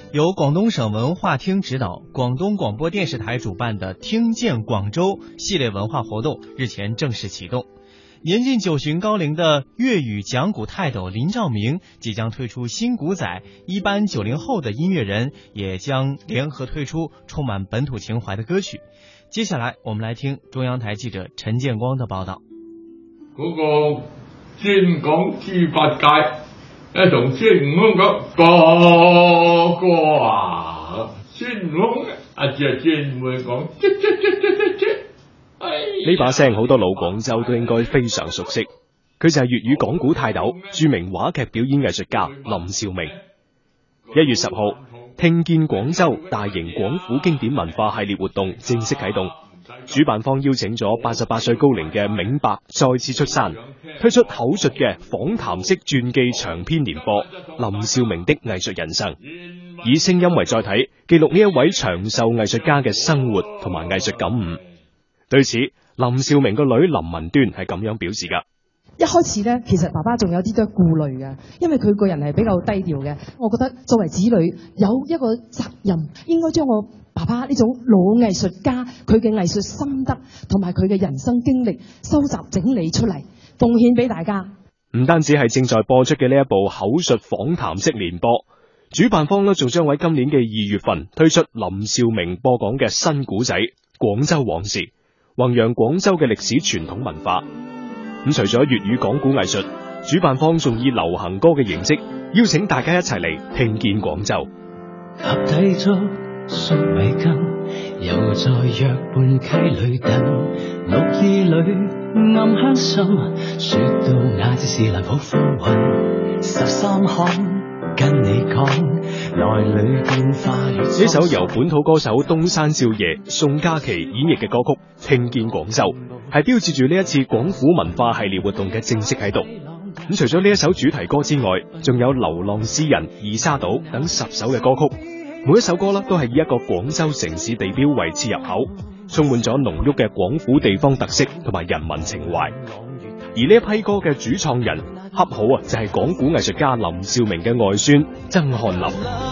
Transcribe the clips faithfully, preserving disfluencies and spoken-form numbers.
由广东省文化厅指导，广东广播电视台主办的听见广州系列文化活动日前正式启动。年近九旬高龄的粤语讲古泰斗林兆明即将推出新古仔，一班九零后的音乐人也将联合推出充满本土情怀的歌曲。接下来我们来听中央台记者陈建光的报道。 嗰個專講豬八戒，一同孫悟空講哥哥啊，孫悟空啊就專門講啫啫啫啫啫啫。 呢把聲好多老廣州都應該非常熟悉，佢就係粵語講古泰斗、著名話劇表演藝術家林兆明。一月十號，聽見廣州大型廣府經典文化系列活動正式啟動，主辦方邀請咗八十八歲高齡嘅銘伯再次出山，推出口述嘅訪談式傳記長篇連播《林兆明的藝術人生》，以聲音為載體，記錄呢一位長壽藝術家嘅生活同埋藝術感悟。對此，林兆明個女林文端係咁樣表示噶。 一開始呢，其實爸爸仲有啲多顧慮嘅，因為佢個人係比較低調嘅。我覺得作為子女有一個責任，應該將我爸爸呢種老藝術家佢嘅藝術心得同埋佢嘅人生經歷收集整理出嚟，奉獻俾大家。 唔單止係正在播出嘅呢一部口述訪談式連播，主辦方呢仲將喺今年嘅二月份推出林兆明播講嘅新古仔《廣州往事》，弘揚廣州嘅歷史傳統文化。咁除咗粵語講古藝術，主辦方仲以流行歌嘅形式邀請大家一齊嚟聽見廣州。 合體竹縮米羹，又在約伴溪裏等，綠意裏暗香滲，說到雅致是難抱風雲，十三行跟你講，內裏變化越。 呢首由本土歌手東山少爺、宋嘉琪演繹嘅歌曲《聽見廣州》，係標誌住呢一次廣府文化系列活動嘅正式啟動。咁除咗呢一首主題歌之外，仲有《流浪詩人》、《二沙島》等十首嘅歌曲，每一首歌呢都係以一個廣州城市地標為切入口，充滿咗濃郁嘅廣府地方特色同埋人民情懷。而呢一批歌嘅主創人，恰好啊就係講古藝術家林兆明嘅外孫曾漢林。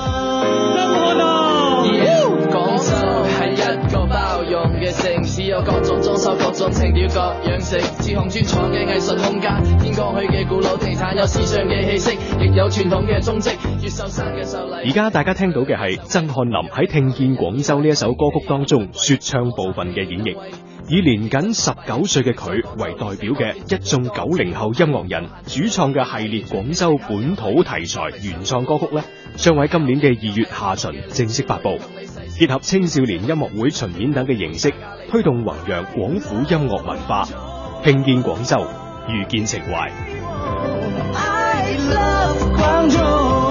廣州係一個包容嘅城市，有各種裝修、各種情調、各樣式，自控專創嘅藝術空間，天過去嘅古老地產有時尚嘅氣息，亦有傳統嘅蹤跡。越秀山嘅秀麗。 而家大家聽到嘅係曾漢林喺《聽見廣州》呢一首歌曲當中說唱部分嘅演繹。以年僅十九歲嘅佢為代表嘅一眾九零後音樂人主創嘅系列廣州本土題材原創歌曲呢，將喺今年嘅二月下旬正式發布，結合青少年音樂會巡演等嘅形式，推動弘揚廣府音樂文化，聽見廣州，遇見情懷。I love 廣州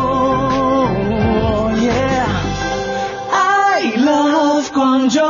yeah. I love 廣州。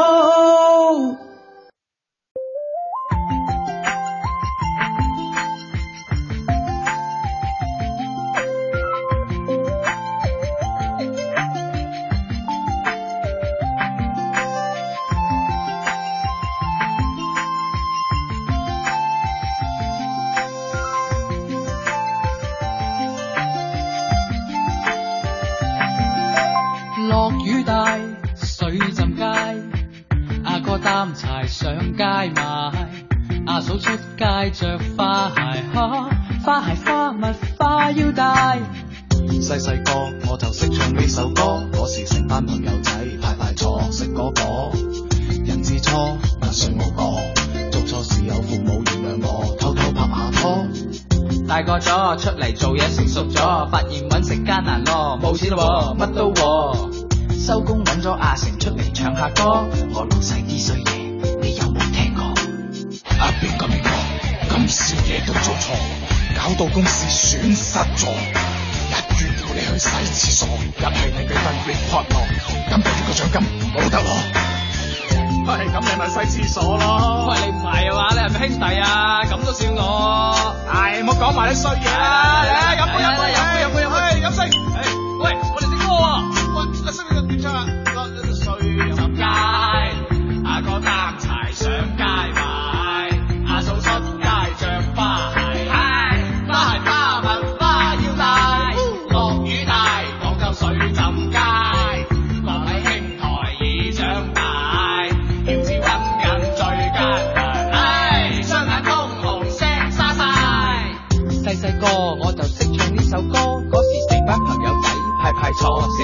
落雨大，水浸街，阿哥擔柴上街賣，阿嫂出街着花鞋，哈，花鞋花襪花腰帶。 細細個我就識唱呢首歌，嗰時成班朋友仔排排坐食果果，人之初不信無過，做錯事有父母原諒我，偷偷拍下拖。 大個咗出嚟做嘢成熟咗，發現揾食艱難咯，冇錢咯，乜都喎。收工揾咗阿成出嚟唱下歌，我老細啲衰嘢你有冇聽過？ 阿邊個邊個咁少嘢都做錯，搞到公司損失咗，一月要你去洗廁所，一係你俾份 report 咯，咁第二個獎金冇得攞。喂，咁你咪洗廁所咯。 喂，你唔係啊嘛？你係咪兄弟啊？咁都笑我？ 唉，唔好講埋啲衰嘢啦。嚟，飲杯飲杯飲杯飲杯飲杯飲先。 喂，我哋隻歌啊！ 喂，你識唔識點唱啊？衰入街，阿哥擔柴上街賣，阿嫂出街着花鞋，花鞋花襪花腰帶，落雨大，廣州水浸街。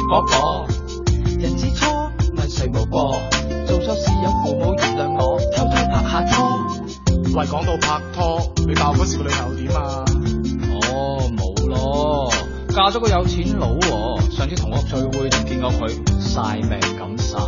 果果。人之初，問誰無過？做錯事有父母原諒我，偷偷拍下拖。 喂，講到拍拖，你爆嗰時個女朋友點啊？ 哦，冇咯，嫁咗個有錢佬喎。上次同學聚會仲見過佢，晒命咁晒。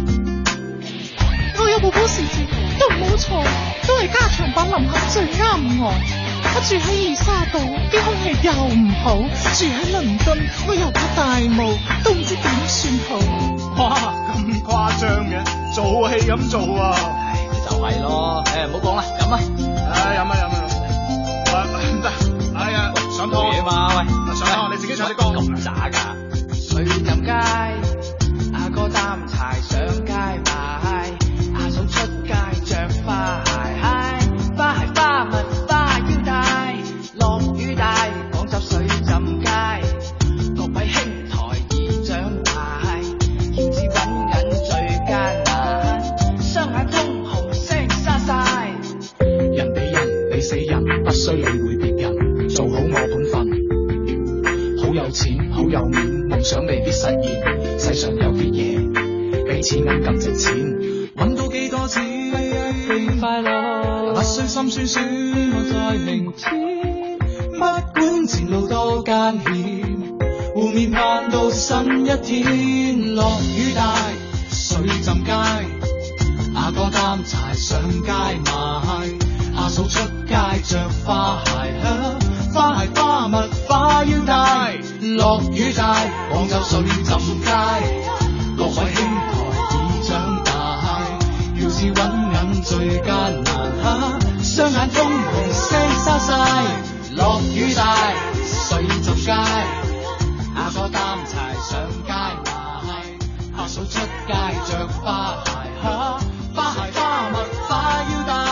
我有部保時捷，都冇錯，都係加長版林肯最啱我。我住喺二沙島，啲空氣又唔好；住喺倫敦，我又怕大霧，都唔知點算好。 哇，咁誇張嘅，做戲咁做啊！ 唉，就係咯，誒，唔好講啦，飲啊！ 唉，飲啊飲啊！唔得，哎呀，上堂嘢嘛，喂， 上堂你自己唱啲歌咁渣噶。 水浸街，阿哥擔柴上街賣，阿嫂出街着花鞋，花鞋花襪花腰帶，落雨大，廣州水浸街，各位兄台已長大，要知揾銀最艱難，雙眼通紅聲沙晒。 人比人比死人，不需理會別人，做好我本分。好有錢好有面，夢想未必實現，世上有啲嘢比錢銀更值錢。揾到幾多錢快樂， 不需心酸酸， 我在明天。 不管前路多艱險，湖面盼到新一天。落雨大，水浸街，阿哥擔柴上街賣，阿嫂出街着花鞋，花鞋花襪花腰帶。落雨大，廣州水浸街，各位兄台已長大，要是揾銀最艱難，雙眼通紅聲沙晒。落雨大，水浸街，阿哥擔柴上街賣，阿嫂出街着花鞋，花鞋花襪花腰帶。